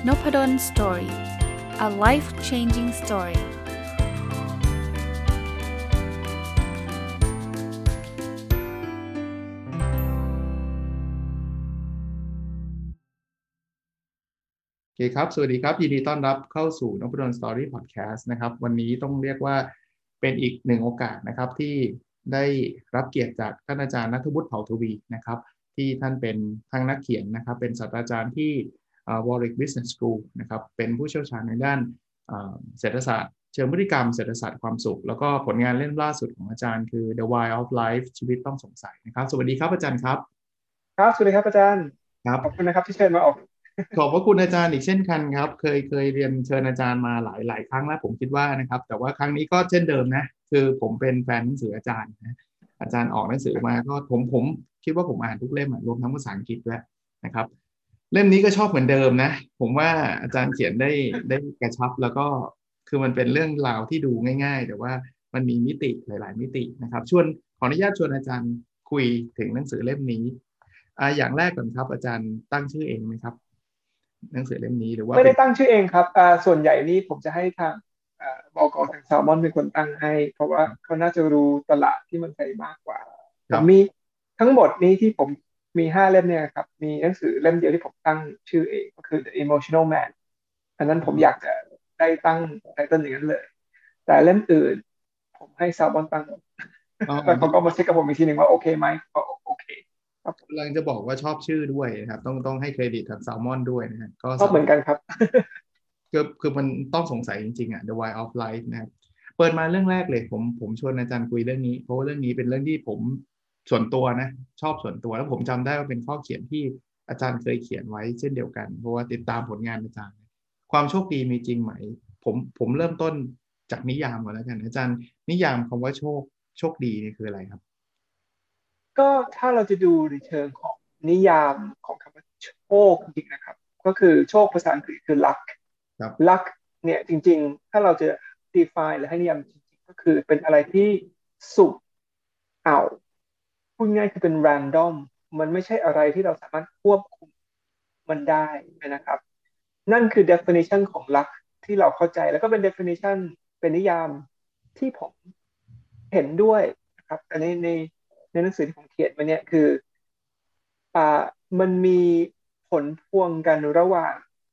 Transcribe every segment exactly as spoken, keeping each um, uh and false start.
Nopadon Story. A life-changing story.สวัสดีครับสวัสดีครับยินดีต้อนรับเข้าสู่ Nopadon Story Podcast นะครับวันนี้ต้องเรียกว่าเป็นอีกหนึ่งโอกาสนะครับที่ได้รับเกียรติจากท่านอาจารย์ณัฐวุฒิเผ่าทวีนะครับที่ท่านเป็นทั้งนักเขียนนะครับเป็นศาสตราจารย์ที่ Warwick Business School นะครับเป็นผู้เชี่ยวชาญในด้านเศรษฐศาสตร์เชิงพฤติกรรมเศรษฐศาสตร์ความสุขแล้วก็ผลงานเล่มล่าสุดของอาจารย์คือ The Why of Life ชีวิตต้องสงสัยนะครับสวัสดีครับอาจารย์ครับครับสวัสดีครับอาจารย์ครับขอบคุณนะครับที่เชิญมาออกขอบพระคุณอาจารย์อีกเช่นกันครับเคยเคยเรียนเชิญอาจารย์มาหลายหลายครั้งแล้วผมคิดว่านะครับแต่ว่าครั้งนี้ก็เช่นเดิมนะคือผมเป็นแฟนหนังสืออาจารย์นะอาจารย์ออกหนังสือมาก็ผมผมคิดว่าผมอ่านทุกเล่มรวมทั้งภาษาอังกฤษด้วยนะครับเล่มนี้ก็ชอบเหมือนเดิมนะผมว่าอาจารย์เขียนได้ได้กระชับแล้วก็คือมันเป็นเรื่องราวที่ดูง่ายๆแต่ว่ามันมีมิติหลายๆมิตินะครับชวนขออนุญาตชวนอาจารย์คุยถึงหนังสือเล่มนี้อ่าอย่างแรกก่อนครับอาจารย์ตั้งชื่อเองไหมครับหนังสือเล่มนี้หรือว่าไม่เป็นได้ตั้งชื่อเองครับอ่าส่วนใหญ่นี่ผมจะให้ทางอ่าบกทางแซลมอนเป็นคนตั้งให้เพราะว่าเขาน่าจะรู้ตลาดที่มันไทยมากกว่าผมมีครับทั้งหมดนี้ที่ผมมีห้าเล่มเนี่ยครับมีหนังสือเล่มเดียวที่ผมตั้งชื่อเองก็คือ The Emotional Man อันนั้นผมอยากจะได้ตั้งไตเติ้ลอย่างนั้นเลยแต่เล่มอื่นผมให้แซลมอนตั้งอ๋อแล้วเขาก็มาเช็คกับผมอีกทีหนึ่งว่าโอเคไหมก็โอเคครับกำลังจะบอกว่าชอบชื่อด้วยนะครับต้องต้องให้เครดิตทางแซลมอนด้วยนะฮะก็ชอบเหมือนกันครับคือคือมันต้องสงสัยจริงๆอ่ะ The Why of Life นะครับเปิดมาเรื่องแรกเลยผมผมชวนอาจารย์คุยเรื่องนี้เพราะว่าเรื่องนี้เป็นเรื่องที่ผมส่วนตัวนะชอบส่วนตัวแล้วผมจำได้ว่าเป็นข้อเขียนที่อาจารย์เคยเขียนไว้เช่นเดียวกันเพราะว่าติดตามผลงานอาจารย์ความโชคดีมีจริงไหมผมผมเริ่มต้นจากนิยามก่อนแล้วกันอาจารย์นิยามคำว่าโชคโชคดีนี่คืออะไรครับก็ถ้าเราจะดูในเชิงของนิยามของคำว่าโชคจริงๆนะครับก็คือโชคภาษาอังกฤษคือ luck ครับ luck เนี่ยจริงๆถ้าเราจะ define หรือให้นิยามจริงๆก็คือเป็นอะไรที่สุ่มเอาพูดง่ายคือเป็น random มันไม่ใช่อะไรที่เราสามารถควบคุมมันได้นะครับนั่นคือ definition ของ luck ที่เราเข้าใจแล้วก็เป็น definition เป็นนิยามที่ผมเห็นด้วยนะครับแต่ในใน ในหนังสือที่ผมเขียนมาเนี่ยคืออ่ามันมีผลพวงกันระหว่าง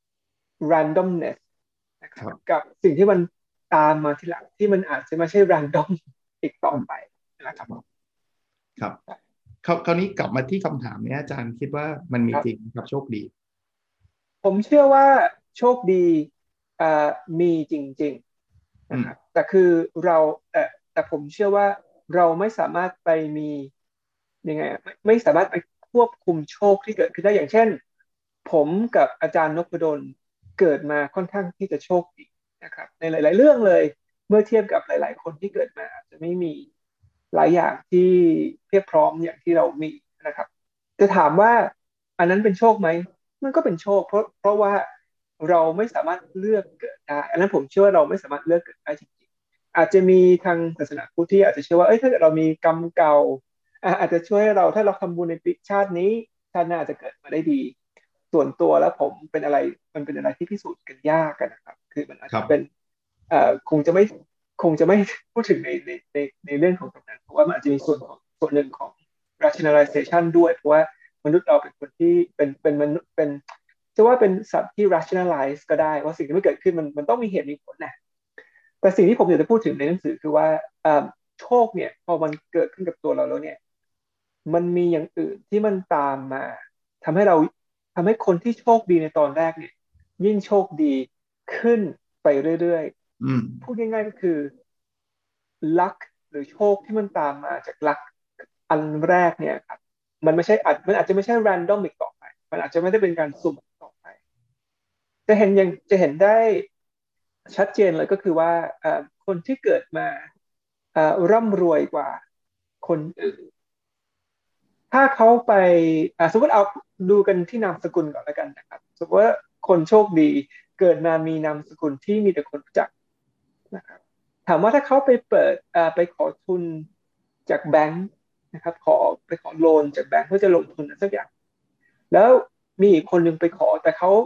randomness นะคครับรับกับสิ่งที่มันตามมาทีหลังที่มันอาจจะไม่ใช่ random อีกต่อไปนะครับครับคราวคราวนี้กลับมาที่คำถามนี้อาจารย์คิดว่ามันมีครับจริงครับโชคดีผมเชื่อว่าโชคดีอ่ามีจริงๆอืมนะครับแต่คือเราแต่แต่ผมเชื่อว่าเราไม่สามารถไปมียังไงอะไม่ไม่สามารถไปควบคุมโชคที่เกิดขึ้นได้อย่างเช่นผมกับอาจารย์นพดลเกิดมาค่อนข้างที่จะโชคดีนะครับในหลายๆเรื่องเลยเมื่อเทียบกับหลายๆคนที่เกิดมาอาจจะไม่มีหลายอย่างที่เพียบพร้อมอย่างที่เรามีนะครับจะถามว่าอันนั้นเป็นโชคไหมมันก็เป็นโชคเพราะเพราะว่าเราไม่สามารถเลือกเกิดได้อันนั้นผมเชื่อว่าเราไม่สามารถเลือกเกิดได้จริงๆอาจจะมีทางศาสนาพุทธที่อาจจะเชื่อว่าเอ้ยถ้าเกิดเรามีกรรมเก่า อ่ะอาจจะช่วยให้เราถ้าเราทำบุญในปีชาตินี้ชาติหน้าอาจจะเกิดมาได้ดีส่วนตัวแล้วผมเป็นอะไรมันเป็นอะไรที่พิสูจน์กันยากกันนะครับคือมันอาจจะเป็นครับเอ่อคงจะไม่คงจะไม่พูดถึงในในในในเรื่องของตรงนั้นเพราะว่ามันอาจจะมีส่วนของส่วนหนึ่งของ rationalization ด้วยเพราะว่ามนุษย์เราเป็นคนที่เป็นเป็นมนุษย์เป็นจะว่าเป็นสัตว์ที่ rationalize ก็ได้ว่าสิ่งที่ไม่เกิดขึ้นมันมันต้องมีเหตุมีผลนะแต่สิ่งที่ผมอยากจะพูดถึงในหนังสือคือว่าเอ่อโชคเนี่ยพอมันเกิดขึ้นกับตัวเราแล้วเนี่ย มันมีอย่างอื่นที่มันตามมาทำให้เราทำให้คนที่โชคดีในตอนแรกเนี่ยยิ่งโชคดีขึ้นไปเรื่อยอืมๆพูดง่ายๆก็คือลัคหรือโชคที่มันตามมาจากลัคอันแรกเนี่ยครับมันไม่ใช่อาจมันอาจจะไม่ใช่ random อีกต่อไปมันอาจจะไม่ได้เป็นการสุ่มต่อไปจะเห็นยังจะเห็นได้ชัดเจนเลยก็คือว่าเอ่อคนที่เกิดมาเอ่อร่ำรวยกว่าคนอื่น ถ้าเขาไปอ่าสมมติเอาดูกันที่นามสกุลก่อนแล้วกันนะครับสมมติว่าคนโชคดีเกิดมามีนามสกุลที่มีแต่คนรู้จักนะครับถามว่าถ้าเขาไปเปิดอ่าไปขอทุนจากแบงค์นะครับขอไปขอโลนจากแบงค์เพื่อจะลงทุนอะไรสักอย่างแล้วมีอีกคนหนึ่งไปขอแต่เขา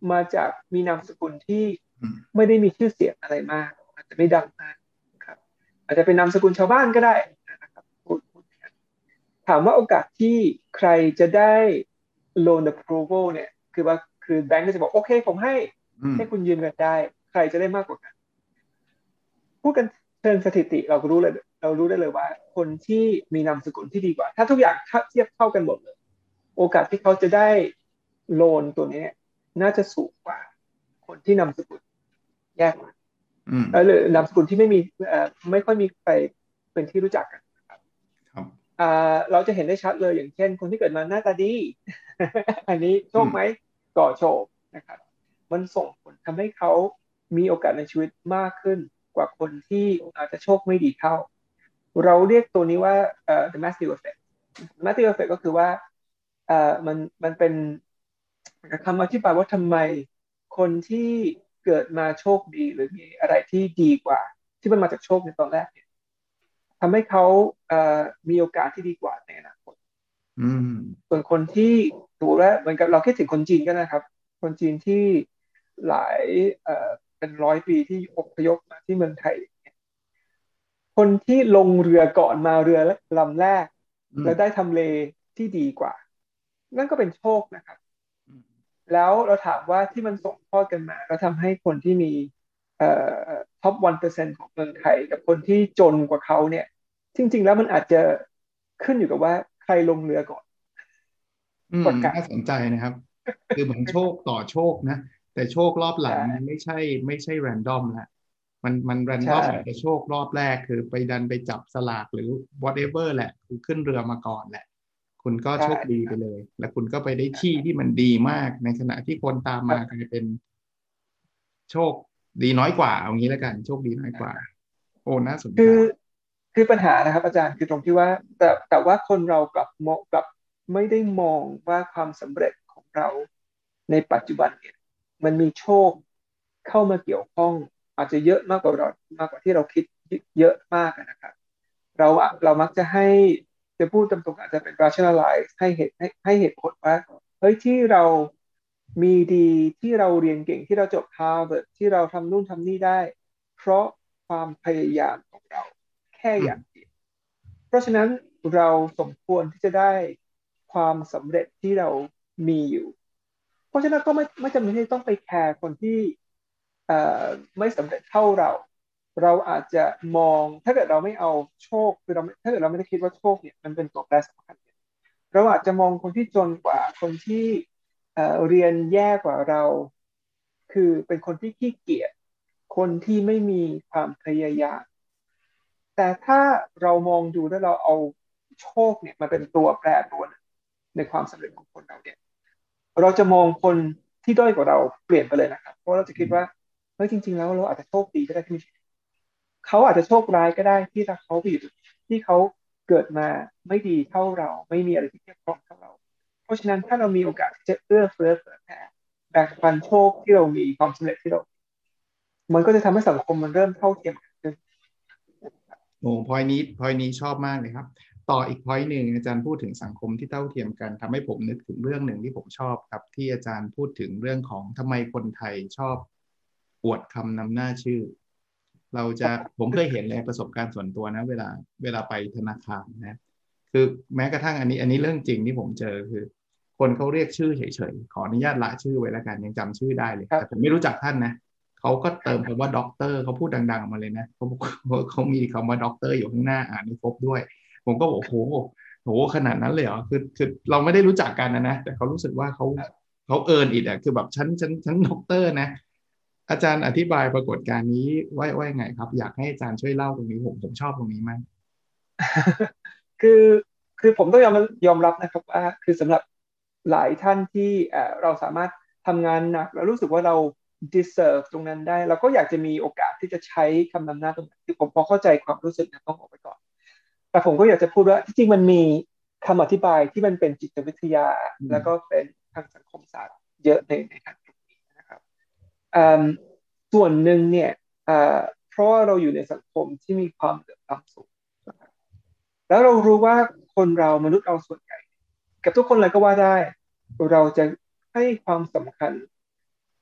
มาจากมีนามสกุลที่อืมไม่ได้มีชื่อเสียงอะไรมากอาจจะไม่ดังมากครับอาจจะเป็นนามสกุลชาวบ้านก็ได้นะครับพูดพูดอย่างนั้นถามว่าโอกาสที่ใครจะได้ loan approval เนี่ยคือว่าคือแบงก์ก็จะบอกโอเคผมให้อืมให้คุณยืมเงินได้ใครจะได้มากกว่ากันพูดกันเชิงสถิติเราก็รู้เลยเรารู้ได้เลยว่าคนที่มีนามสกุลที่ดีกว่าถ้าทุกอย่างเทียบเท่ากันหมดเลยโอกาสที่เขาจะได้โลนตัวนี้น่าจะสูงกว่าคนที่นามสกุลแยกมาอืมเออหรือนามสกุลที่ไม่มีเอ่อไม่ค่อยมีใครเป็นที่รู้จักกันนะครับครับอ่าเราจะเห็นได้ชัดเลยอย่างเช่นคนที่เกิดมาหน้าตาดีอันนี้โชอืมคไหมก่อโชคนะครับมันส่งผลทำให้เขามีโอกาสในชีวิตมากขึ้นกว่าคนที่อาจจะโชคไม่ดีเท่าเราเรียกตัวนี้ว่าเอ่อ the Matthew effect Matthew effect ก็คือว่าเอ่อมันมันเป็นคำอธิบายว่าทำไมคนที่เกิดมาโชคดีหรือมีอะไรที่ดีกว่าที่มันมาจากโชคในตอนแรกเนี่ยทำให้เขาเอ่อมีโอกาสที่ดีกว่าในอนาคตอืมส่วนคนที่ถูกแล้วเหมือนกับเราคิดถึงคนจีนก็นะครับคนจีนที่หลายเอ่อเป็นร้อยปีที่อพยพมาที่เมืองไทยคนที่ลงเรือก่อนมาเรือลำแรกอืมแล้วได้ทำเลที่ดีกว่านั่นก็เป็นโชคนะครับอืมแล้วเราถามว่าที่มันส่งทอดกันมาแล้วทำให้คนที่มีเอ่อท็อปวันเปอร์เซ็นต์ของเมืองไทยกับคนที่จนกว่าเขาเนี่ยจริงๆแล้วมันอาจจะขึ้นอยู่กับว่าใครลงเรือก่อนอืมกว่ากันน่าสนใจนะครับคือเหมือนโชคต่อโชคนะแต่โชครอบหลังมันใช่ไม่ใช่ไม่ใช่แรนดอมละมันมันแรนใชดอมแต่่โชครอบแรกคือไปดันไปจับสลากหรือ whatever แหละคือขึ้นเรือมาก่อนแหละคุณก็ใช่โชคดีครับไปเลยแล้วคุณก็ไปได้ที่ที่มันดีมากในขณะที่คนตามครับมากลายเป็นโชคดีน้อยกว่าเอางี้แล้วกันโชคดีน้อยกว่าโอ้น่าสนใจคือคือปัญหานะครับอาจารย์คือตรงที่ว่าแต่แต่ว่าคนเรากลับมองกลับไม่ได้มองว่าความสำเร็จของเราในปัจจุบันเนี่ยมันมีโชคเข้ามาเกี่ยวข้องอาจจะเยอะมากกว่าเรามากกว่าที่เราคิดเยอะมากนะครับ เราอะเรามักจะให้จะพูดตรงๆอาจจะเป็น rationalize ให้เหตุให้ให้เหตุผลว่าเฮ้ยที่เรามีดีที่เราเรียนเก่งที่เราจบ Harvard ที่เราทำนู่นทำนี่ได้เพราะความพยายามของเราแค่อืมอย่างเดียวเพราะฉะนั้นเราสมควรที่จะได้ความสำเร็จที่เรามีอยู่เพราะฉะนั้นก็ไม่ไม่จำเป็นที่ต้องไปแคร์คนที่เอ่อไม่สำเร็จเท่าเรา เราอาจจะมองถ้าเกิดเราไม่เอาโชคคือเราถ้าเกิดเราไม่ได้คิดว่าโชคเนี่ยมันเป็นตัวแปรสำคัญเนี่ยเราอาจจะมองคนที่จนกว่าคนที่เอ่อเรียนแย่กว่าเราคือเป็นคนที่ขี้เกียจคนที่ไม่มีความพยายามแต่ถ้าเรามองดูแล้วเราเอาโชคเนี่ยมาเป็นตัวแปรตัวหนึ่งในความสำเร็จของคนเราเนี่ยเราจะมองคนที่ด้อยกว่าเราเปลี่ยนไปเลยนะครับเพราะเราจะคิดว่าเฮ้ยจริงๆแล้วเราอาจจะโชคดีก็ได้ที่ เขาอาจจะโชคร้ายก็ได้ที่ถ้าเขาไปอยู่ที่เขาเกิดมาไม่ดีเท่าเราไม่มีอะไรที่เทียบพร้อมเท่าเราเพราะฉะนั้นถ้าเรามีโอกาสที่จะเอื้อเฟื้อเผื่อแผ่แบ่งปันโชคที่เรามีความสำเร็จที่เรา มันก็จะทำให้สังคมมันเริ่มเท่าเทียมกันขึ้นโอ้พอยนี้พอยนี้ชอบมากเลยครับต่ออีกพอยหนึ่งอาจารย์พูดถึงสังคมที่เท่าเทียมกันทำให้ผมนึกถึงเรื่องหนึ่งที่ผมชอบครับที่อาจารย์พูดถึงเรื่องของทำไมคนไทยชอบอวดคำนำหน้าชื่อเราจะผมเคยเห็นเลยประสบการณ์ส่วนตัวนะเวลาเวลาไปธนาคารนะคือแม้กระทั่งอันนี้อันนี้เรื่องจริงที่ผมเจอคือ คนเขาเรียกชื่อเฉยๆขออนุญาตละชื่อไว้แล้วกันยังจำชื่อได้เลยครับแต่ผมไม่รู้จักท่านนะเขาก็เติมครับคำว่าด็อกเตอร์เขาพูดดังๆออกมาเลยนะเขาบอกเขามีคำว่าด็อกเตอร์อยู่ข้างหน้าอ่านให้ครบด้วยผมก็บอกโอ้โหโหขนาดนั้นเลยเหรอคือคือเราไม่ได้รู้จักกันนะนะแต่เขารู้สึกว่าเขาครับเขาเอิร์นอิดอ่ะคือแบบชั้นชั้นชั้นด็อกเตอร์นะอาจารย์อธิบายปรากฏการณ์นี้ไว้ไว้ไงครับอยากให้อาจารย์ช่วยเล่าตรงนี้ผมผมชอบตรงนี้มากคือคือผมต้องยอมยอมรับนะครับว่าคือสำหรับหลายท่านที่เอ่อเราสามารถทำงานหนักแล้วรู้สึกว่าเรา deserve ตรงนั้นได้เราก็อยากจะมีโอกาสที่จะใช้คำนำหน้าตรงนั้นคือผมพอเข้าใจความรู้สึกนะต้องออกไปก่อน แต่ผมก็อยากจะพูดว่าที่จริงมันมีคำอธิบายที่มันเป็นจิตวิทยาอืมแล้วก็เป็นทางสังคมศาสตร์เยอะในในทางตรงนี้นะครับอืมส่วนหนึ่งเนี่ยอ่าเพราะว่าเราอยู่ในสังคมที่มีความเหลื่อมล้ำสูงนะครับแล้วเรารู้ว่าคนเรามนุษย์เราส่วนใหญ่กับทุกคนเลยก็ว่าได้เราจะให้ความสำคัญ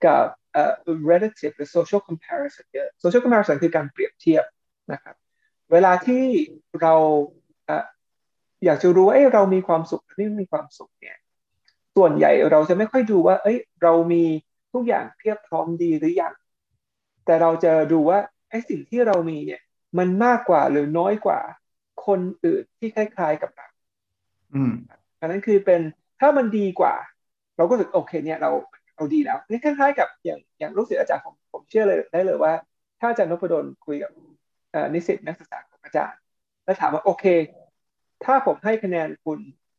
กับเอ่อ relative หรือ social comparison เยอะ social comparison คือการเปรียบเทียบนะครับเวลาที่เราเอ่ออยากจะรู้ว่าเอ้ยเรามีความสุขหรือไม่มีความสุขเนี่ยส่วนใหญ่เราจะไม่ค่อยดูว่าเอ้ยเรามีทุกอย่างเพียบพร้อมดีหรือยังแต่เราจะดูว่าไอ้สิ่งที่เรามีเนี่ยมันมากกว่าหรือน้อยกว่าคนอื่นที่คล้ายๆกับเราอืมอันนั้นคือเป็นถ้ามันดีกว่าเราก็รู้สึกโอเคเนี่ยเราเราดีแล้วนี่คล้ายๆกับอย่างอย่างลูกศิษย์อาจารย์ผมผมเชื่อเลยได้เลยว่าถ้าอาจารย์นพดลคุยกับเอ่อนิสิตนักศึกษาของอาจารย์แล้วถามว่าโอเคถ้าผมให้คะแนนคุณ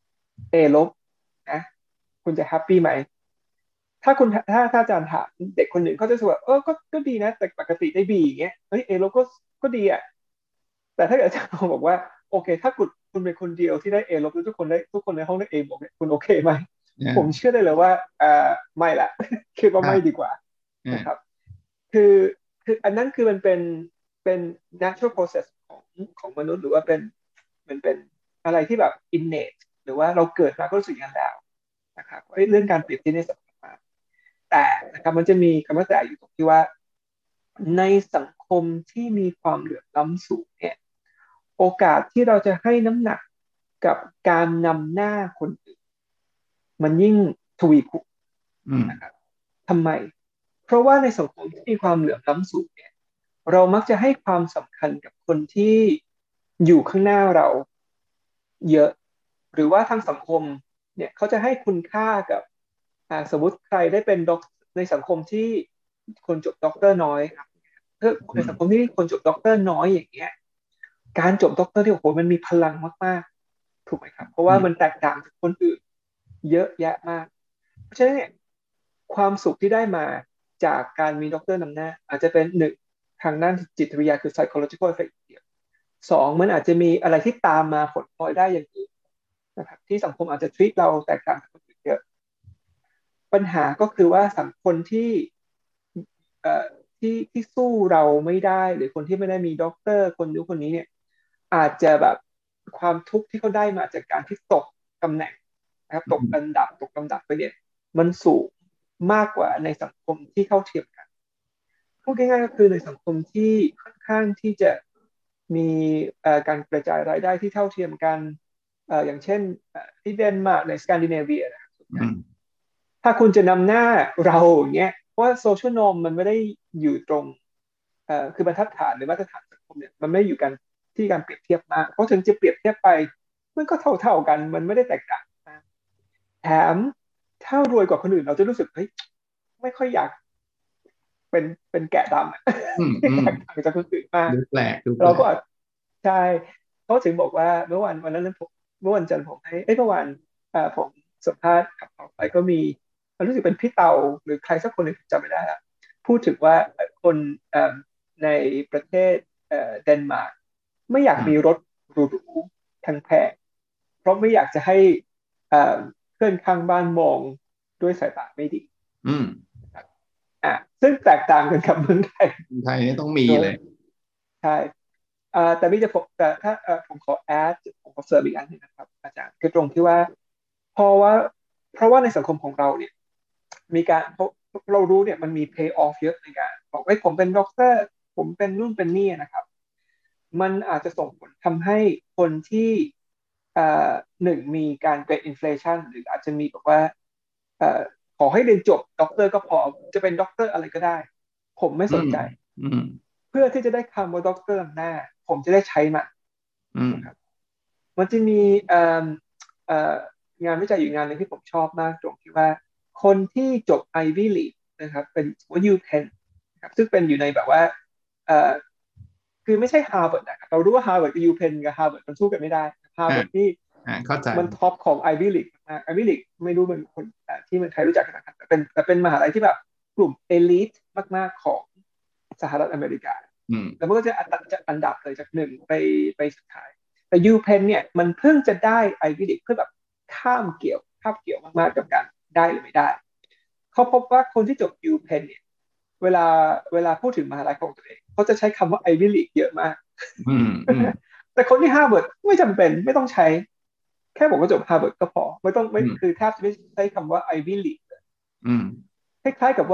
A ลบนะคุณจะแฮปปี้ไหมถ้าคุณถ้าถ้าอาจารย์ถามเด็กคนหนึ่งเขาจะรู้สึกว่าเออก็ก็ดีนะแต่ปกติได้ B อย่างเงี้ยเฮ้ย A ลบก็ก็ดีอ่ะแต่ถ้าเกิดอาจารย์บอกว่าโอเคถ้าคุณคุณเป็นคนเดียวที่ได้ A ลบแล้วทุกคนได้ทุกคนในห้องได้ A บวกเนี่ยคุณโอเคไหมเนี่ยผมเชื่อได้เลยว่าอ่าไม่ละคิดว่าครับไม่ดีกว่าเนี่ยนะครับคือคืออันนั้นคือมันเป็นเป็น natural process ของของมนุษย์หรือว่าเป็นมันเป็นอะไรที่แบบ innate หรือว่าเราเกิดมาก็รู้สึกอย่างนั้นแล้วนะครับเรื่องการเปรียบเทียบเนี่ยสำคัญมากแต่นะครับมันจะมีคำว่าแต่อยู่ตรงที่ว่าในสังคมที่มีความเหลื่อมล้ำสูงเนี่ยโอกาสที่เราจะให้น้ำหนักกับการนำหน้าคนอื่นมันยิ่งทวีคูณอืมนะครับทำไมเพราะว่าในสังคมที่มีความเหลื่อมล้ำสูงเนี่ยเรามักจะให้ความสำคัญกับคนที่อยู่ข้างหน้าเราเยอะหรือว่าทางสังคมเนี่ยเขาจะให้คุณค่ากับอ่าสมมติใครได้เป็นด็อกในสังคมที่คนจบด็อกเตอร์น้อยครับเออในสังคมที่คนจบด็อกเตอร์น้อยอย่างเงี้ยการจบด็อกเตอร์ที่โอ้โหมันมีพลังมากๆถูกไหมครับเพราะว่าอืมมันแตกต่างจากคนอื่นเยอะแยะมากเพราะฉะนั้นเนี่ยความสุขที่ได้มาจากการมีด็อกเตอร์นำหน้าอาจจะเป็นหนึ่งทางด้านจิตวิทยาคือ psychological effect สองมันอาจจะมีอะไรที่ตามมาผลพลอยได้อย่างอื่นนะครับที่สังคมอาจจะ treat เราแตกต่างจากคนอื่นเยอะปัญหาก็คือว่าสังคมที่เอ่อที่ที่สู้เราไม่ได้หรือคนที่ไม่ได้มีด็อกเตอร์คนนู้นคนนี้เนี่ยอาจจะแบบความทุกข์ที่เขาได้มาจากการที่ตกตำแหน่งนะครับตกอันดับตกลำดับไปเนี่ยมันสูงมากกว่าในสังคมที่เท่าเทียมกัน พูดง่ายๆก็คือในสังคมที่ค่อนข้างที่จะมีเอ่อการกระจายรายได้ที่เท่าเทียมกันเอ่ออย่างเช่นเอ่อที่เดนมาร์กในสแกนดิเนเวียนะครับอืมถ้าคุณจะนำหน้าเราอย่างเงี้ยเพราะว่าโซเชียลนอร์มมันไม่ได้อยู่ตรงเอ่อคือบรรทัดฐานหรือมาตรฐานสังคมเนี่ยมันไม่อยู่กันที่การเปรียบเทียบมากเพราะถึงจะเปรียบเทียบไปมันก็เท่าๆกันมันไม่ได้แตกต่างมากแถมถ้ารวยกว่าคนอื่นเราจะรู้สึกเฮ้ยไม่ค่อยอยาก เป็นเป็นแกะดำอะอืมที่อืมแตกต่างจากคนอื่นมากดูแปลกดูแปลกเราก็อาจใช่เขาถึงบอกว่าเมื่อวันวันนั้นผมเมื่อวันจันทร์ผมให้เอ้ยเมื่อวานอ่าผมสัมภาษณ์กับเขาไปก็มีรู้สึกเป็นพี่เตาหรือใครสักคนหนึ่งจำไม่ได้ละพูดถึงว่าคนเอ่อในประเทศเอ่อเดนมาร์กไม่อยากอ่ามีรถหรูๆทั้งแพงเพราะไม่อยากจะให้เอ่อเพื่อนข้างบ้านมองด้วยสายตาไม่ดีอืมอ่ะซึ่งแตกต่างกันกับเมืองไทยคนไทยนี่ต้องมีโดยเลยใช่ อ่าแต่พี่จะผมแต่ถ้าเอ่อผมขอแอดผมขอเสริมอีกอันหนึงนะครับอาจารย์คือตรงที่ว่าเพราะว่าเพราะว่าในสังคมของเราเนี่ยมีการเพราะเรารู้เนี่ยมันมี pay off เยอะในการบอกไอ้ยผมเป็นด็อกเตอร์ผมเป็นนู่นเป็นนี่นะครับมันอาจจะส่งผลทำให้คนที่เอ่อหนึ่งมีการเกิดอินฟลชันหรืออาจจะมีแบบว่าเอ่อขอให้เรียนจบด็อกเตอร์ก็พอจะเป็นด็อกเตอร์อะไรก็ได้ผมไม่อืมสนใจอืมเพื่อที่จะได้คำว่าด็อกเตอร์หน้าผมจะได้ใช้มันอืมนะครับมันจะมีเอ่อเอ่องานวิจัยอยู่งานหนึงที่ผมชอบมากตรงที่ว่าคนที่จบ Ivy League นะครับเป็นว่า UPenn นะครับซึ่งเป็นอยู่ในแบบว่าเอ่อคือไม่ใช่ Harvard นะครับเรารู้ว่า Harvard กับ UPenn กับ Harvard มันสู้กันไม่ได้อ่า Harvard ที่อ่าเข้าใจมันท็อปของ Ivy League มาก Ivy League ไม่รู้มันคนอ่าที่เมืองไทยรู้จักกันนะครับแต่เป็นแต่เป็นมหาลัยที่แบบกลุ่มเอลิทมากๆของสหรัฐอเมริกาอืมแล้วมันก็จะอันดับจะอันดับเลยจากหนึ่งไปไปสุดท้าย แต่ยูเพนเนี่ยมันเพิ่งจะได้ไอวิลิกเพื่อแบบข้ามเกี่ยวข้ามเกี่ยวมากๆกับการได้หรือไม่ได้เขาพบว่าคนที่จบยูเพนเนี่ยเวลาเวลาพูดถึงมหาลัยของตัวเองเขาจะใช้คำว่าไอวิลิกเยอะมากอืมอืมแต่คนที่ฮาร์วาร์ดไม่จำเป็นไม่ต้องใช้แค่บอกว่าจบฮาร์วาร์ดก็พอไม่ต้องไม่อืมคือแทบจะไม่ใช้คำว่าไอวิลิกอืมคล้ายๆกับว่า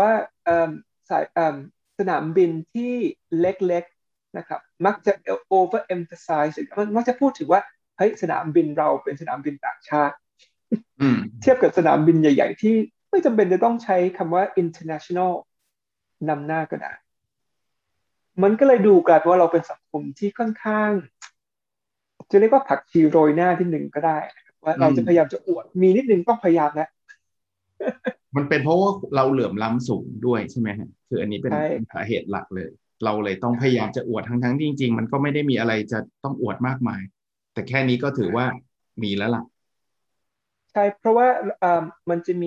สายสนามบินที่เล็กๆนะครับมักจะ over emphasize มักจะพูดถึงว่าเฮ้ยสนามบินเราเป็นสนามบินต่างชาติเทียบกับสนามบินใหญ่ๆที่ไม่จำเป็นจะต้องใช้คำว่า international นำหน้าก็ได้มันก็เลยดูกลายเป็นว่าเราเป็นสังคมที่ค่อนข้างจะเรียกว่าผักชีโรยหน้าที่หนึ่งก็ได้ว่าเราจะพยายามจะอวดมีนิดนึงต้องพยายามนะมันเป็นเพราะว่าเราเหลื่อมล้ำสูงด้วยใช่ไหมฮะคืออันนี้เป็นสาเหตุหลักเลยเราเลยต้องพยายามจะอวดทั้งๆที่จริงๆมันก็ไม่ได้มีอะไรจะต้องอวดมากมายแต่แค่นี้ก็ถือว่ามีแล้วล่ะใช่เพราะว่ามันจะมี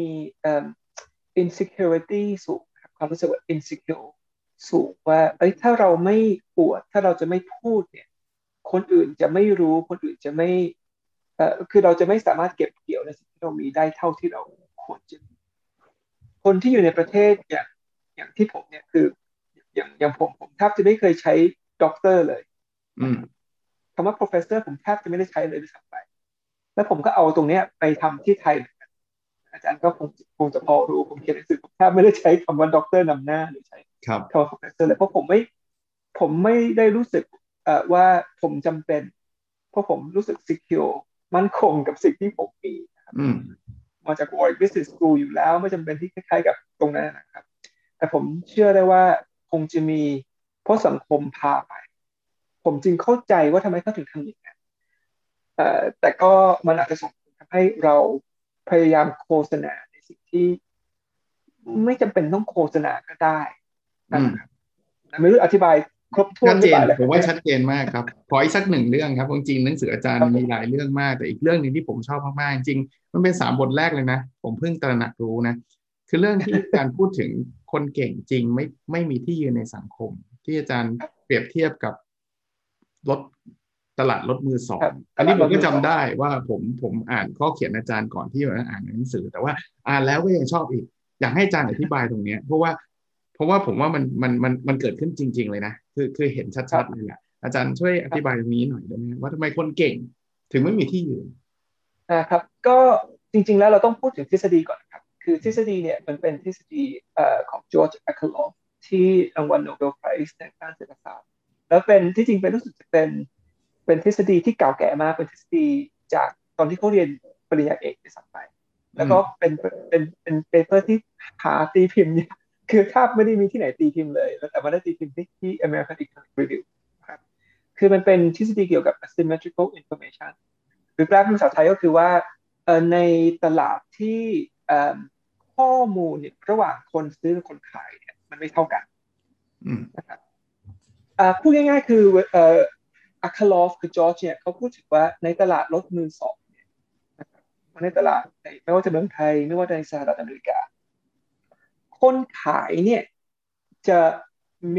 insecurity สูงความรู้สึกว่า insecure สูงว่าเอ้ยถ้าเราไม่อวดถ้าเราจะไม่พูดเนี่ยคนอื่นจะไม่รู้คนอื่นจะไม่เอ่อคือเราจะไม่สามารถเก็บเกี่ยวในสิ่งที่เรามีได้เท่าที่เราควรจะมีคนที่อยู่ในประเทศอย่างอย่างที่ผมเนี่ยคืออย่างอย่างผมผมแทบจะไม่เคยใช้ด็อกเตอร์เลยคำว่า professor ผมแทบจะไม่ได้ใช้เลยด้วยซ้ำไปแล้วผมก็เอาตรงเนี้ยไปทำที่ไทยอาจารย์ก็คงคงจะพอรู้ผมเขียนหนังสือผมแทบไม่ได้ใช้คำว่าด็อกเตอร์นำหน้าหรือใช้คำว่า professor เลยเพราะผมไม่ผมไม่ได้รู้สึกว่าผมจำเป็นเพราะผมรู้สึก secure มั่นคงกับสิ่งที่ผมมีมาจาก Warwick Business School อยู่แล้วไม่จำเป็นที่คล้ายๆกับตรงนั้นนะครับแต่ผมเชื่อได้ว่าคงจะมีเพราะสังคมพาไปผมจึงเข้าใจว่าทำไมเขาถึงทำอย่างนั้นแต่ก็มันอาจจะส่งผลทำให้เราพยายามโฆษณาในสิ่งที่ไม่จำเป็นต้องโฆษณาก็ได้นะครับไม่รู้อธิบายครบถ้วนหรือเปล่าผมว่าชัดเจนมากครับขออีกสักหนึ่งเรื่องครับจริงๆหนังสืออาจารย์มีหลายเรื่องมากแต่อีกเรื่องหนึ่งที่ผมชอบมากๆจริงมันเป็นสามบทแรกเลยนะผมเพิ่งตระหนักรู้นะคือเรื่องที่การพูดถึงคนเก่งจริงไม่ไม่มีที่ยืนในสังคมที่อาจารย์เปรียบเทียบกับรถตลาดรถมือสองอันนี้ผมก็จำได้ว่าผมผมอ่านข้อเขียนอาจารย์ก่อนที่จะอ่านหนังสือแต่ว่าอ่านแล้วก็ยังชอบอีกอยากให้อาจารย์อธิบายตรงนี้เพราะว่าเพราะว่าผมว่ามันมันมันมันเกิดขึ้นจริงๆเลยนะคือคือเห็นชัดๆเลยแหละอาจารย์ช่วยอธิบายตรงนี้หน่อยได้ไหมว่าทำไมคนเก่งถึงไม่มีที่ยืนนะครับก็จริงๆแล้วเราต้องพูดถึงทฤษฎีก่อนครับคือทฤษฎีเนี่ยมันเป็นทฤษฎีของจอร์จ อาคาลอฟที่รางวัลโนเบลไพรส์ในด้านเศรษฐศาสตร์แล้วเป็นที่จริงเป็นรู้สึกจะเป็นเป็นทฤษฎีที่เก่าแก่มากเป็นทฤษฎีจากตอนที่เขาเรียนปริญญาเอกในสัมไปแล้วก็เป็นเป็นเป็นเปเปอร์ที่หาตีพิมพ์เนี่ยคือแทบไม่ได้มีที่ไหนตีพิมพ์เลยแล้วแต่มาได้ตีพิมพ์ที่ที่ American Economic Review ครับคือมันเป็นทฤษฎีเกี่ยวกับ asymmetrical information หรือแปลเป็นภาษาไทยก็คือว่าในตลาดที่ข้อมูลเนี่ยระหว่างคนซื้อกับคนขายเนี่ยมันไม่เท่ากันนะครับพูดง่ายๆคืออาคาลอฟคือจอร์จเนี่ยเขาพูดถึงว่าในตลาดรถมือสองเนี่ยนะครับในตลาดไม่ว่าจะเมืองไทยไม่ว่าจะในสหรัฐอเมริกาคนขายเนี่ยจะมี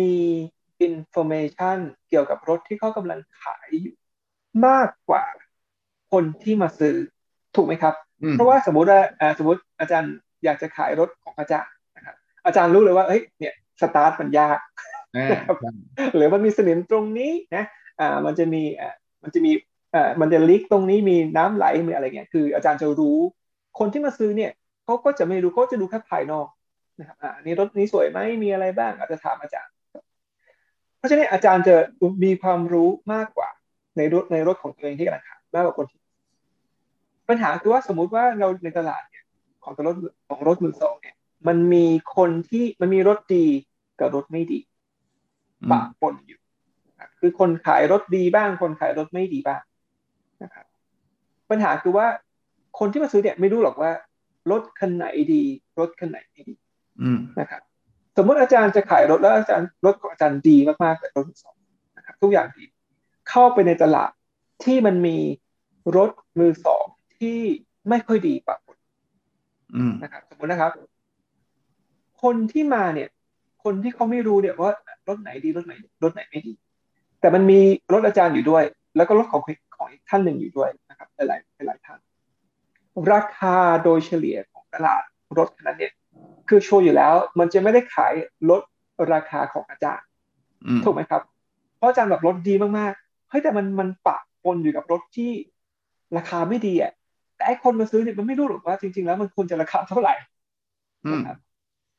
information เกี่ยวกับรถที่เขากำลังขายอยู่มากกว่าคนที่มาซื้อถูกไหมครับเพราะว่าสมมติว่าสมมติอาจารย์อยากจะขายรถของอาจารย์นะครับอาจารย์รู้เลยว่าเฮ้ยเนี่ยสตาร์ทมันยากนะครับหรือมันมีสนิมตรงนี้นะอ่ามันจะมีอ่ามันจะมีอ่ามันจะลิกตรงนี้มีน้ำไหลมีอะไรเงี้ยคืออาจารย์จะรู้คนที่มาซื้อเนี่ยเขาก็จะไม่รู้เขาจะดูแค่ภายนอกนะครับอ่านี่รถนี้สวยไหมมีอะไรบ้างอาจจะถามอาจารย์เพราะฉะนั้นอาจารย์จะมีความรู้มากกว่าในรถในรถของตัวเองที่กำลังขายมากกว่าคนที่ปัญหาคือว่าสมมุติว่าเราในตลาดเนี่ยของรถของรถมือสองเนี่ยมันมีคนที่มันมีรถดีกับรถไม่ดีปะปนอยู่คือคนขายรถดีบ้างคนขายรถไม่ดีบ้างนะครับปัญหาคือว่าคนที่มาซื้อเนี่ยไม่รู้หรอกว่ารถคันไหนดีรถคันไหนไม่ดีนะครับสมมติอาจารย์จะขายรถแล้วอาจารย์รถของอาจารย์ดีมากๆแต่รถมือสองนะครับทุกอย่างดีเข้าไปในตลาดที่มันมีรถมือสองที่ไม่ค่อยดีปะปนนะครับสมมตินะครับคนที่มาเนี่ยคนที่เขาไม่รู้เนี่ยว่ารถไหนดีรถไหนรถไหนไม่ดีแต่มันมีรถอาจารย์อยู่ด้วยแล้วก็รถของของอีกท่านหนึ่งอยู่ด้วยนะครับหลายหลายท่านราคาโดยเฉลี่ยของตลาดรถนั้นเนี่ยคือโชว์อยู่แล้วมันจะไม่ได้ขายลดราคาของอาจารย์ถูกไหมครับเพราะอาจารย์แบบรถดีมากๆเฮ้ยแต่มันมันปะปนอยู่กับรถที่ราคาไม่ดีอ่ะแต่ไอ้คนมาซื้อเนี่ยมันไม่รู้หรอกว่าจริงๆแล้วมันควรจะราคาเท่าไหร่นะครับ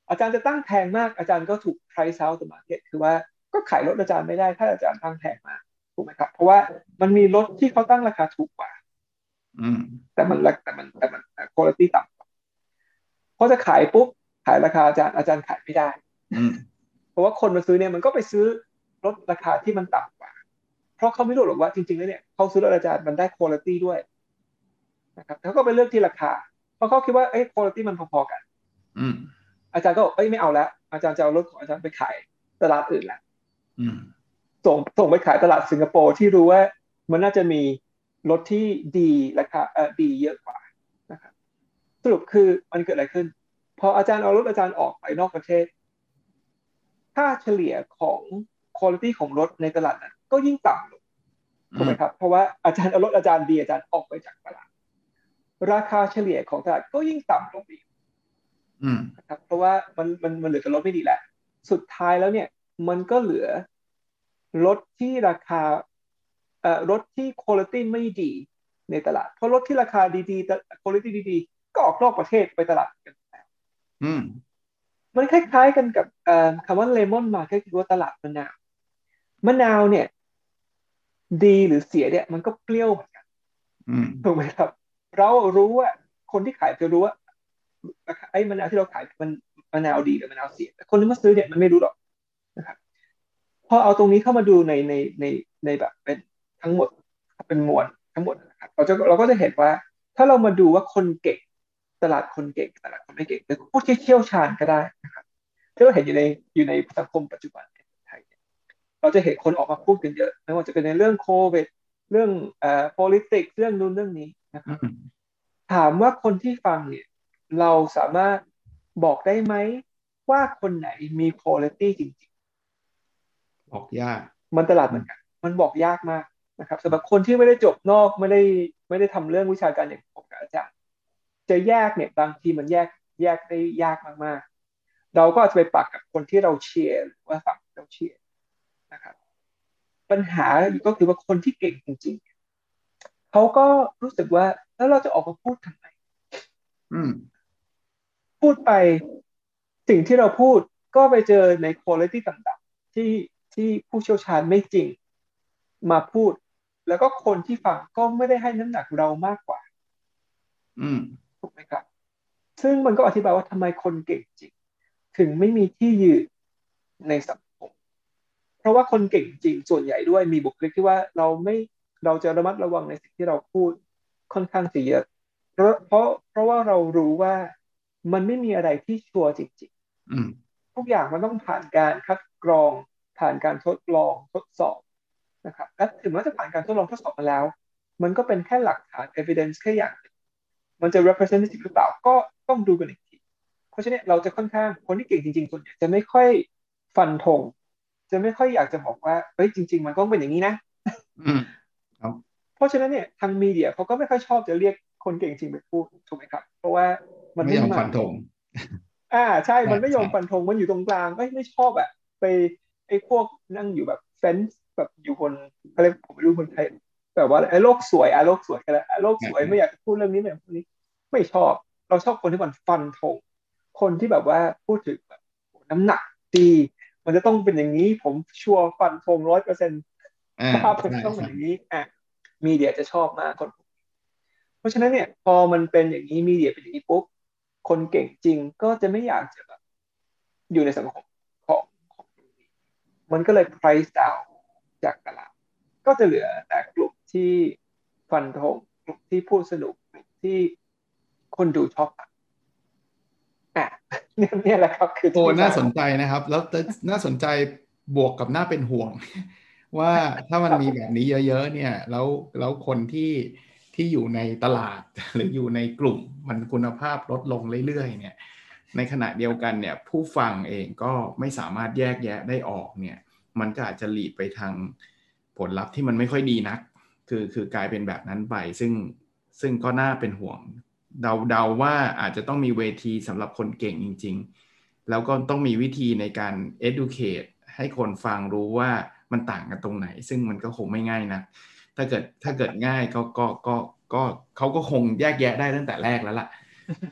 อาจารย์จะตั้งแพงมากอาจารย์ก็ถูก price out the market คือว่าก็ขายรถอาจารย์ไม่ได้ถ้าอาจารย์ตั้งแพงมากถูกไหมครับเพราะว่ามันมีรถที่เขาตั้งราคาถูกกว่าอืมแต่มันแต่มันแต่มัน quality ต่ำพอจะขายปุ๊บขายราคาอาจารย์อาจารย์ขายไม่ได้อืมเพราะว่าคนมาซื้อเนี่ยมันก็ไปซื้อรถราคาที่มันต่ำกว่าเพราะเขาไม่รู้หรอกว่าจริงๆแล้วเนี่ยเขาซื้อรถอาจารย์มันได้ quality ด้วยนะครับเขาก็ไปเลือกที่ราคาเพราะเขาคิดว่าเอ้ย quality มันพอๆกันอืมอาจารย์ก็บอกเอ้ยไม่เอาแล้วอาจารย์จะเอารถของอาจารย์ไปขายตลาดอื่นละอืมส่งส่งไปขายตลาดสิงคโปร์ที่รู้ว่ามันน่าจะมีรถที่ดีราคาเออดีเยอะกว่านะครับสรุปคือมันเกิดอะไรขึ้นพออาจารย์เอารถอาจารย์ออกไปนอกประเทศค่าเฉลี่ยของ quality ของรถในตลาดนั้นก็ยิ่งต่ำลงถูกไหมครับเพราะว่าอาจารย์เอารถอาจารย์ดีอาจารย์ออกไปจากตลาดราคาเฉลี่ยของตลาดก็ยิ่งต่ำลงอีกอืมนะครับเพราะว่ามันมันมันเหลือแต่รถไม่ดีแล้วสุดท้ายแล้วเนี่ยมันก็เหลือรถที่ราคาเอ่อรถที่คุณภาพไม่ดีในตลาดเพราะรถที่ราคาดีๆแต่คุณภาพดีๆก็ออกนอกประเทศไปตลาดกันอืมมันคล้ายๆกันกับเอ่อคำว่าเลมอนมาร์เก็ตคือว่าตลาดมะนาวมะนาวเนี่ยดีหรือเสียเนี่ยมันก็เปรี้ยวเหมือนกันอืมถูกไหมครับเรารู้ว่าคนที่ขายจะรู้ว่าไอ้มะนาวที่เราขายมันมะนาวดีหรือมะนาวเสียแต่คนที่มาซื้อเนี่ยมันไม่รู้หรอกนะครับพอเอาตรงนี้เข้ามาดูในในในในแบบเป็นทั้งหมดเป็นมวลทั้งหมดนะครับเราจะเราก็จะเห็นว่าถ้าเรามาดูว่าคนเก่งตลาดคนเก่งตลาดคนไม่เก่งหรือผู้ที่เชี่ยวชาญก็ได้นะครับที่เราเห็นอยู่ในอยู่ในสังคมปัจจุบันในไทยเนี่ยเราจะเห็นคนออกมาพูดกันเยอะไม่ว่าจะเป็นในเรื่องโควิดเรื่องเอ่อ politics เรื่องนู้นเรื่องนี้นะครับอืมถามว่าคนที่ฟังเนี่ยเราสามารถบอกได้ไหมว่าคนไหนมี quality จริงบอกยากมันตลาดเหมือนกันมันบอกยากมากนะครับสำหรับคนที่ไม่ได้จบนอกไม่ได้ไม่ได้ทำเรื่องวิชาการอย่างผมกับอาจารย์จะแยกเนี่ยบางทีมันแยกแยกได้ยากมากๆเราก็อาจจะไปปักกับคนที่เราเชียร์หรือว่าฝั่งที่เราเชียร์นะครับปัญหาก็คือว่าคนที่เก่งจริงๆเขาก็รู้สึกว่าแล้วเราจะออกมาพูดทำไมอืมพูดไปสิ่งที่เราพูดก็ไปเจอในคุณภาพต่างๆที่ที่ผู้เชี่ยวชาญไม่จริงมาพูดแล้วก็คนที่ฟังก็ไม่ได้ให้น้ำหนักเรามากกว่าอืมถูกไหมครับซึ่งมันก็อธิบายว่าทำไมคนเก่งจริงถึงไม่มีที่ยืนในสังคมเพราะว่าคนเก่งจริงส่วนใหญ่ด้วยมีบุคลิกที่ว่าเราไม่เราจะระมัดระวังในสิ่งที่เราพูดค่อนข้างจะเยอะเพราะเพราะเพราะว่าเรารู้ว่ามันไม่มีอะไรที่ชัวร์จริงอืมทุกอย่างมันต้องผ่านการคัดกรองผ่านการทดลองทดสอบนะครับและถึงแม้จะผ่านการทดลองทดสอบมาแล้วมันก็เป็นแค่หลักฐาน evidence แค่อย่างหนึ่งมันจะ representative หรือเปล่าก็ต้องดูกันอีกทีเพราะฉะนั้นเราจะค่อนข้างคนที่เก่งจริงๆส่วนใหญ่จะไม่ค่อยฟันธงจะไม่ค่อยอยากจะบอกว่าเฮ้ยจริงๆมันก็เป็นอย่างนี้นะอืมครับเพราะฉะนั้นเนี่ยทางมีเดียเขาก็ไม่ค่อยชอบจะเรียกคนเก่งจริงไปพูดถูกไหมครับเพราะว่ามันไม่ไม่มันยอมฟันธงอ่าใช่ใช่มันไม่ยอใช่มฟันธงมันอยู่ตรงกลางไม่ไม่ชอบอะไปไอ้พวกนั่งอยู่แบบเฟนส์แบบอยู่บนอะไรผมไม่รู้คนไทยแบบว่าไอ้โลกสวยอ่ะโลกสวยกันแล้วโลกสวยไม่อยากจะพูดเรื่องนี้ไม่อยากพูดนี้ไม่ชอบเราชอบคนที่มันฟันธงคนที่แบบว่าพูดถึงแบบน้ำหนักดีมันจะต้องเป็นอย่างนี้ผมชัวร์ฟันธงร้อยเปอร์เซ็นต์อ่าว่ามันใช่ต้องเป็นใช่อย่างนี้อ่ะมีเดียจะชอบมากคนเพราะฉะนั้นเนี่ยพอมันเป็นอย่างนี้มีเดียเป็นอย่างนี้ปุ๊บคนเก่งจริงก็จะไม่อยากจะแบบ อยู่ในสังคมของของมันก็เลย price down จากตลาดก็จะเหลือแต่กลุ่มที่ฟันธงกลุ่มที่พูดสนุกกลุ่มที่คนดูชอบอ่ะอ่ะเนี่ยเนี่ยแหละครับคือโอ้ที่มาของน่าสนใจนะครับแล้วแต่น่าสนใจบวกกับน่าเป็นห่วงว่าถ้ามันมีแบบนี้เยอะๆเนี่ยแล้วแล้วคนที่ที่อยู่ในตลาดหรืออยู่ในกลุ่มมันคุณภาพลดลงเรื่อยๆเนี่ยในขณะเดียวกันเนี่ยผู้ฟังเองก็ไม่สามารถแยกแยะได้ออกเนี่ยมันก็อาจจะหลีดไปทางผลลัพธ์ที่มันไม่ค่อยดีนักคือคือกลายเป็นแบบนั้นไปซึ่งซึ่งก็น่าเป็นห่วงเดาเดาว่าอาจจะต้องมีเวทีสำหรับคนเก่งจริงๆ แล้วก็ต้องมีวิธีในการ educate ให้คนฟังรู้ว่ามันต่างกันตรงไหนซึ่งมันก็คงไม่ง่ายนะถ้าเกิดถ้าเกิดง่ายก็ก็ก็ก็เขาก็คงแยกแยะได้ตั้งแต่แรกแล้วล่ะ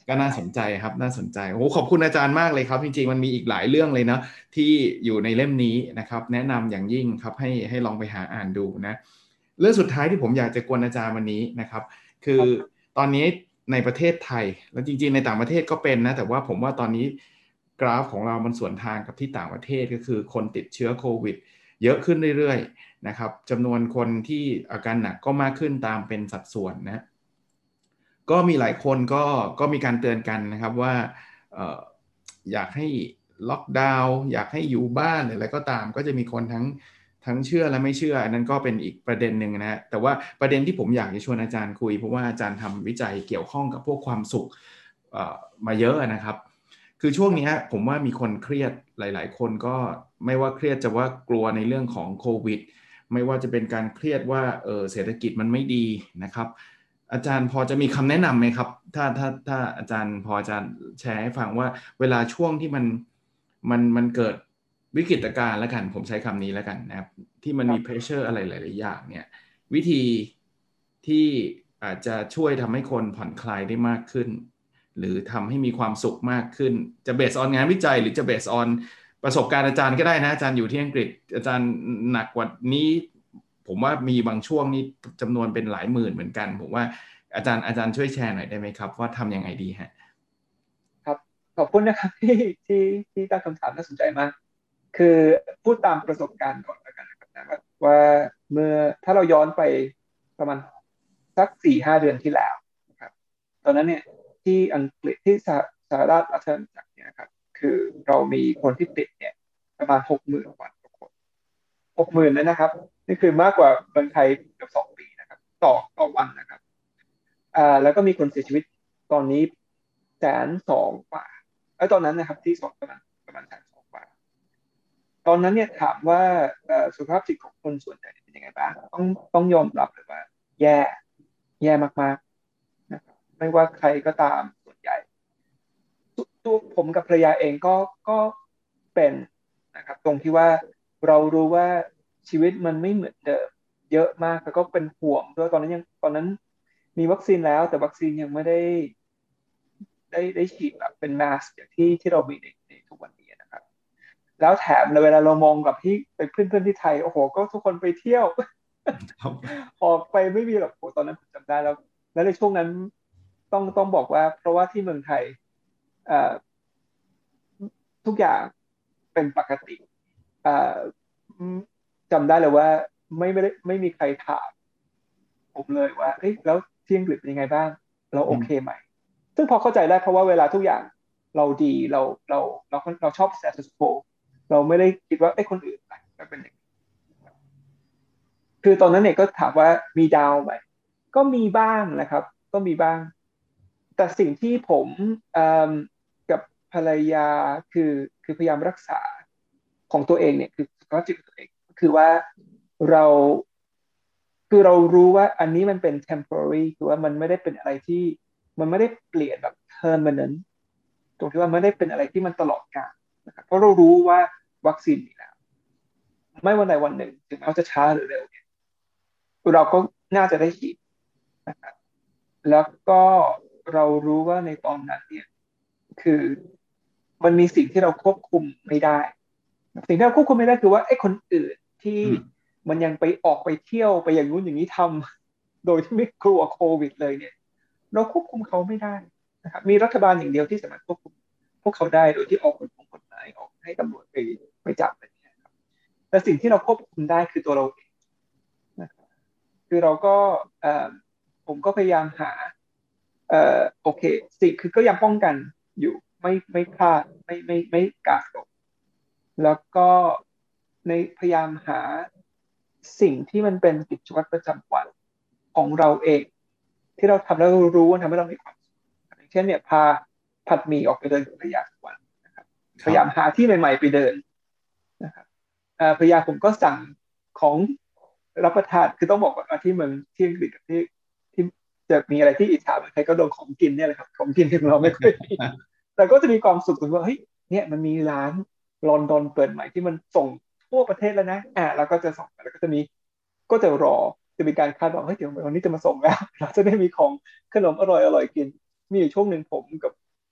ก็น่าสนใจครับน่าสนใจโอ้โหขอบคุณอาจารย์มากเลยครับจริงๆมันมีอีกหลายเรื่องเลยนะที่อยู่ในเล่มนี้นะครับแนะนำอย่างยิ่งครับให้ให้ลองไปหาอ่านดูนะเรื่องสุดท้ายที่ผมอยากจะกวนอาจารย์วันนี้นะครับคือตอนนี้ในประเทศไทยแล้วจริงๆในต่างประเทศก็เป็นนะแต่ว่าผมว่าตอนนี้กราฟของเรามันสวนทางกับที่ต่างประเทศก็คือคนติดเชื้อโควิดเยอะขึ้นเรื่อยๆนะครับจำนวนคนที่อาการหนักก็มากขึ้นตามเป็นสัดส่วนนะก็มีหลายคนก็ก็มีการเตือนกันนะครับว่าเอ่ออยากให้ล็อกดาวน์อยากให้อยู่บ้านหรืออะไรก็ตามก็จะมีคนทั้งทั้งเชื่อและไม่เชื่ออันนั้นก็เป็นอีกประเด็นหนึ่งนะฮะแต่ว่าประเด็นที่ผมอยากจะชวนอาจารย์คุยเพราะว่าอาจารย์ทำวิจัยเกี่ยวข้องกับพวกความสุขเอ่อมาเยอะนะครับคือช่วงนี้ผมว่ามีคนเครียดหลายๆคนก็ไม่ว่าเครียดจะว่ากลัวในเรื่องของโควิดไม่ว่าจะเป็นการเครียดว่าเออเศรษฐกิจมันไม่ดีนะครับอาจารย์พอจะมีคำแนะนำไหมครับถ้าถ้าถ้าอาจารย์พออาจารย์แชร์ให้ฟังว่าเวลาช่วงที่มันมันมันเกิดวิกฤตการณ์แล้วกันผมใช้คำนี้แล้วกันนะครับที่มันมีเพรสเชอร์อะไรหลายๆอย่างเนี่ยวิธีที่อาจจะช่วยทำให้คนผ่อนคลายได้มากขึ้นหรือทำให้มีความสุขมากขึ้นจะเบสออนงานวิจัยหรือจะเบสออนประสบการณ์อาจารย์ก็ได้นะอาจารย์อยู่ที่อังกฤษอาจารย์หนักกว่านี้ผมว่ามีบางช่วงนี้จำนวนเป็นหลายหมื่นเหมือนกันผมว่าอาจารย์อาจารย์ช่วยแชร์หน่อยได้ไหมครับว่าทำยังไงดีฮะครับขอบคุณนะครับที่ที่ที่ตั้งคำถามน่าสนใจมากคือพูดตามประสบการณ์ก่อนแล้วกันนะครับนะว่าเมื่อถ้าเราย้อนไปประมาณสักสี่ห้าเดือนที่แล้วนะครับตอนนั้นเนี่ยที่อังกฤษที่สหสหรัฐอาณาจักรเนี่ยครับคือเรามีคนที่ติดเนี่ยประมาณหกหมื่นกว่าคนหกหมื่นเลยนะครับนี่คือมากกว่าเมืองไทยเกือบสองปีนะครับต่อต่อวันนะครับอ่าแล้วก็มีคนเสียชีวิตตอนนี้แสนสองกว่าไอ้ตอนนั้นนะครับที่สองประมาณประมาณแสนสองกว่า ตอนนั้นเนี่ยถามว่าเอ่อสุขภาพจิตของคนส่วนใหญ่เป็นยังไงบ้างต้องต้องยอมรับเลยว่าแย่แย่มากๆนะครับไม่ว่าใครก็ตามส่วนใหญ่ตัวตัวผมกับภรรยาเองก็ก็เป็นนะครับตรงที่ว่าเรารู้ว่าชีวิตมันไม่เหมือนเดิมเยอะมากแล้วก็เป็นห่วงด้วยตอนนั้นยังตอนนั้นมีวัคซีนแล้วแต่วัคซีนยังไม่ได้ได้ได้ฉีดแบบเป็นมาสอย่างที่ที่เรามีในในทุกวันนี้นะครับ แล้วแถมเวลาเรามองกับที่ไปเพื่อนๆที่ไทยโอ้โหก็ทุกคนไปเที่ยวครับออกไปไม่มีหรอกโอ้ตอนนั้นผมจำได้แล้วแล้วในช่วงนั้นต้องต้องบอกว่าเพราะว่าที่เมืองไทยเอ่อทุกอย่างเป็นปกติเอ่อจำได้เลยว่าไม่ไม่ได้ไม่มีใครถามผมเลยว่าเอ้ยแล้วที่อังกฤษเป็นยังไงบ้างเราโอเคไหมซึ่งพอเข้าใจได้เพราะว่าเวลาทุกอย่างเราดีเราเราเราเราชอบ status quo เราไม่ได้คิดว่าไอ้ยคนอื่นล่ะก็เป็นอย่างนี้คือตอนนั้นเนี่ยก็ถามว่ามีดาวไหมก็มีบ้างนะครับก็มีบ้างแต่สิ่งที่ผมเอ่อกับภรรยาคือคือพยายามรักษาของตัวเองเนี่ยคือสุขภาพจิตของตัวเองก็คือว่าเราคือเรารู้ว่าอันนี้มันเป็น temporary คือว่ามันไม่ได้เป็นอะไรที่มันไม่ได้เปลี่ยนแบบ permanent ตรงที่ว่าไม่ได้เป็นอะไรที่มันตลอดกาลนะครับเพราะเรารู้ว่าวัคซีนมีแล้วไม่วันใดวันหนึ่งถึงแม้ว่าจะช้าหรือเร็วเนี่ยเราก็น่าจะได้ฉีดนะครับแล้วก็เรารู้ว่าในตอนนั้นเนี่ยคือมันมีสิ่งที่เราควบคุมไม่ได้สิ่งที่เราควบคุมไม่ได้คือว่าไอ้คนอื่นที่มันยังไปออกไปเที่ยวไปอย่างนู้นอย่างนี้ทำโดยที่ไม่กลัวโควิดเลยเนี่ยเราควบคุมเขาไม่ได้นะครับมีรัฐบาลอย่างเดียวที่สามารถควบคุมพวกเขาได้โดยที่ออกกฎกฎหมายออกให้ตำรวจไปไปจับอะไรอย่างเงี้ยครับแต่สิ่งที่เราควบคุมได้คือตัวเราเองนะครับคือเราก็เอ่อผมก็พยายามหาเอ่อโอเคสิ่งคือก็ยังป้องกันอยู่ไม่ไม่พลาดไม่ไม่ไม่กาดตกแล้วก็ในพยายามหาสิ่งที่มันเป็นกิจวัตรประจำวันของเราเองที่เราทำแล้วรู้ว่าทำให้เรามีความสุขอย่างเช่นเนี่ยพาผัดหมี่ออกไปเดินกับภรรยาทุกวันนะครับพยายามหาที่ใหม่ๆไปเดินนะครับเอ่อภรรยาผมก็สั่งของรับประทานคือต้องบอกว่าที่เมืองที่อังกฤษกับที่ที่จะมีอะไรที่อิจฉาเหมือนใครก็โดนของกินเนี่ยแหละครับของกินที่เราไม่ค่อยมีแต่ก็จะมีความสุขตรงว่าเฮ้ยเนี่ยมันมีร้านลอนดอนเปิดใหม่ที่มันส่งทั่วประเทศแล้วนะอ่าแล้วก็จะส่งแล้วก็จะมีก็จะรอจะมีการคาดหวังเฮ้ยเดี๋ยววันนี้จะมาส่งแล้วเราจะได้มีของขนมอร่อยอร่อยกินมีอยู่ช่วงหนึ่งผมกับ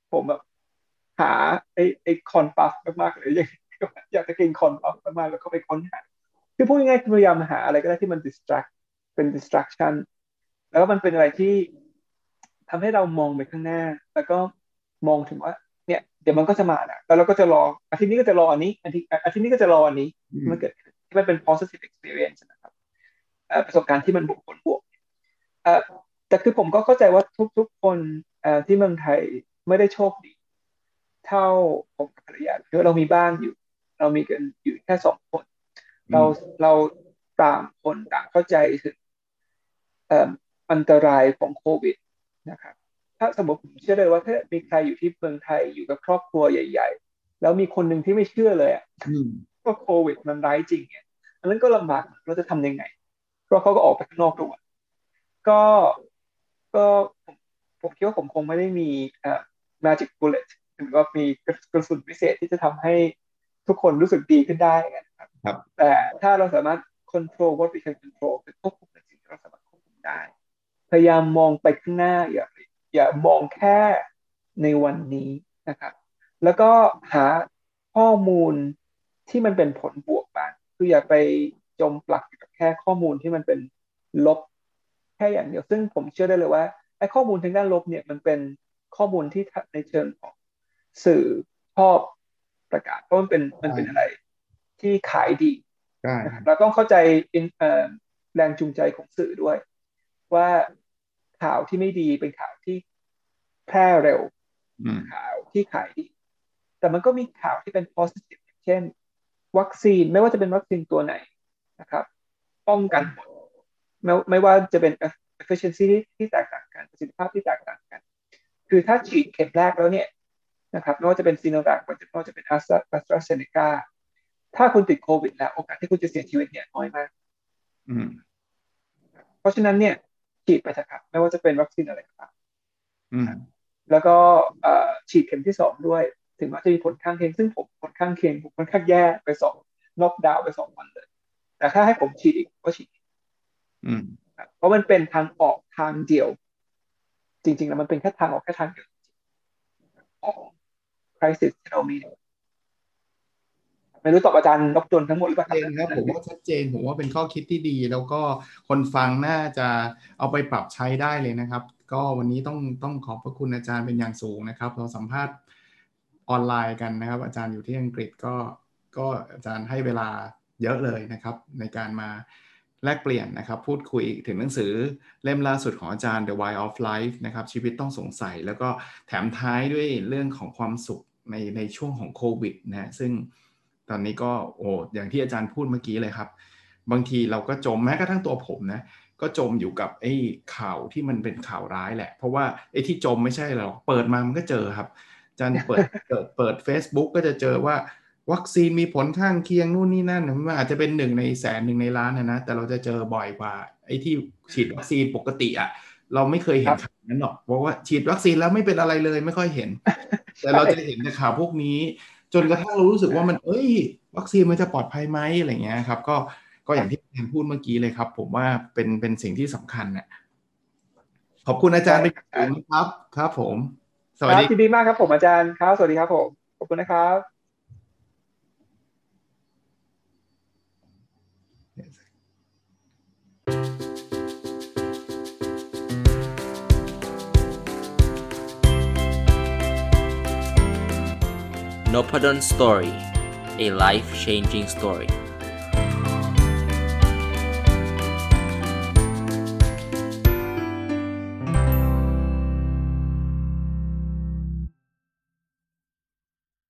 ผมแบบหาไอ้ไอ้คอนปัฟมากๆเลยอยากอยากจะกินคอนปัฟมากๆแล้วก็ไปค้นหาคือพูดง่ายๆพยายามหาอะไรก็ได้ที่มัน distract เป็น distraction แล้วก็มันเป็นอะไรที่ทำให้เรามองไปข้างหน้าแล้วก็มองถึงว่าเนี่ยเดี๋ยวมันก็จะมานะแล้วเราก็จะรออาทิตย์นี้ก็จะรออันนี้อาทิตย์อาทิตย์นี้ก็จะรออันนี้ที่มันเกิดขึ้นที่มันเป็น positive experience นะครับเอ่อประสบการณ์ที่มันบวกผลบวกเอ่อแต่คือผมก็เข้าใจว่าทุกๆคนเอ่อที่เมืองไทยไม่ได้โชคดีเท่าผมกับภรรยาคือเรามีบ้านอยู่เรามีกันอยู่แค่สองคนเราเราต่างคนต่างเข้าใจถึงเอ่ออันตรายของโควิดนะครับถ้าสมมติผมเชื่อเลยว่าถ้ามีใครอยู่ที่เมืองไทยอยู่กับครอบครัวใหญ่ๆแล้วมีคนหนึ่งที่ไม่เชื่อเลยอ่ะว่าโควิดมันร้ายจริงเนี่ยอันนั้นก็ลำบากเราจะทำยังไงเพราะเขาก็ออกไปข้างนอกทุกวันก็ก็ผมผมคิดว่าผมคงไม่ได้มีเอ่อ magic bullet หรือว่ามีกระสุนพิเศษที่จะทำให้ทุกคนรู้สึกดีขึ้นได้นะครับครับแต่ถ้าเราสามารถ control what we can control คือควบคุมในสิ่งที่เราสามารถควบคุมได้พยายามมองไปข้างหน้าอย่าอย่ามองแค่ในวันนี้นะครับแล้วก็หาข้อมูลที่มันเป็นผลบวกบ้างคืออย่าไปจมปลักอยู่กับแค่ข้อมูลที่มันเป็นลบแค่อย่างเดียวซึ่งผมเชื่อได้เลยว่าไอ้ข้อมูลทางด้านลบเนี่ยมันเป็นข้อมูลที่ในเชิงของสื่อชอบประกาศเพราะมันเป็นมันเป็นอะไรที่ขายดีนะครับเราต้องเข้าใจแรงจูงใจของสื่อด้วยว่าข่าวที่ไม่ดีเป็นข่าวที่แพร่เร็วข่าวที่ขายดีแต่มันก็มีข่าวที่เป็น positive เช่นวัคซีนไม่ว่าจะเป็นวัคซีนตัวไหนนะครับป้องกันหมดไม่ไม่ว่าจะเป็น efficiency ที่แตกต่างกันประสิทธิภาพที่แตกต่างกันคือถ้าฉีดเข็มแรกแล้วเนี่ยนะครับไม่ว่าจะเป็นซีโนแวคไม่ว่าจะเป็นแอสตราเซเนกาถ้าคุณติดโควิดแล้วโอกาสที่คุณจะเสียชีวิตเนี่ยน้อยมากเพราะฉะนั้นเนี่ยฉีดไปเถอะครับไม่ว่าจะเป็นวัคซีนอะไรก็ตามแล้วก็ฉีดเข็มที่สองด้วยถึงแม้จะมีผลข้างเคียงซึ่งผมผลข้างเคียงผมค่อนข้างแย่ไปสองน็อกดาวน์ไปสองวันเลยแต่ถ้าให้ผมฉีดอีกก็ฉีดเพราะมันเป็นทางออกทางเดียวจริงๆแล้วมันเป็นแค่ทางออกแค่ทางเดียวของ crisis ที่เรามีไม่รู้ตอบอาจารย์นพดลทั้งหมดหรือเปล่าครับผมว่าชัดเจนผมว่าเป็นข้อคิดที่ดีแล้วก็คนฟังน่าจะเอาไปปรับใช้ได้เลยนะครับก็วันนี้ต้องต้องขอบพระคุณอาจารย์เป็นอย่างสูงนะครับเราสัมภาษณ์ออนไลน์กันนะครับอาจารย์อยู่ที่อังกฤษก็ก็อาจารย์ให้เวลาเยอะเลยนะครับในการมาแลกเปลี่ยนนะครับพูดคุยถึงหนังสือเล่มล่าสุดของอาจารย์ The Why of Life นะครับชีวิตต้องสงสัยแล้วก็แถมท้ายด้วยเรื่องของความสุขในในช่วงของโควิดนะซึ่งตอนนี้ก็โอ้อย่างที่อาจารย์พูดเมื่อกี้เลยครับบางทีเราก็จมแม้กระทั่งตัวผมนะก็จมอยู่กับไอ้ข่าวที่มันเป็นข่าวร้ายแหละเพราะว่าไอ้ที่จมไม่ใช่หรอกเปิดมามันก็เจอครับอาจารย์เปิดเปิดเปิด Facebook ก็จะเจอว่าวัคซีนมีผลข้างเคียงนู่นนี่นั่นมันอาจจะเป็นหนึ่งในแสนหนึ่งในล้านนะนะแต่เราจะเจอบ่อยกว่าไอ้ที่ฉีดวัคซีนปกติอ่ะเราไม่เคยเห็นข่าวนั้นหรอกเพราะว่าฉีดวัคซีนแล้วไม่เป็นอะไรเลยไม่ค่อยเห็นแต่เราจะเห็นในข่าวพวกนี้จนกระทั่งเรารู้สึกว่ามันเอ้ยวัคซีนมันจะปลอดภัยไหมอะไรเงี้ยครับก็ก็อย่างที่อาจารย์พูดเมื่อกี้เลยครับผมว่าเป็นเป็นสิ่งที่สำคัญนะขอบคุณอาจารย์เป็นอย่างสูงนะครับครับผมสวัสดีดีมากครับผมอาจารย์ครับสวัสดีครับผมขอบคุณนะครับ Nopadon Story, a life-changing story.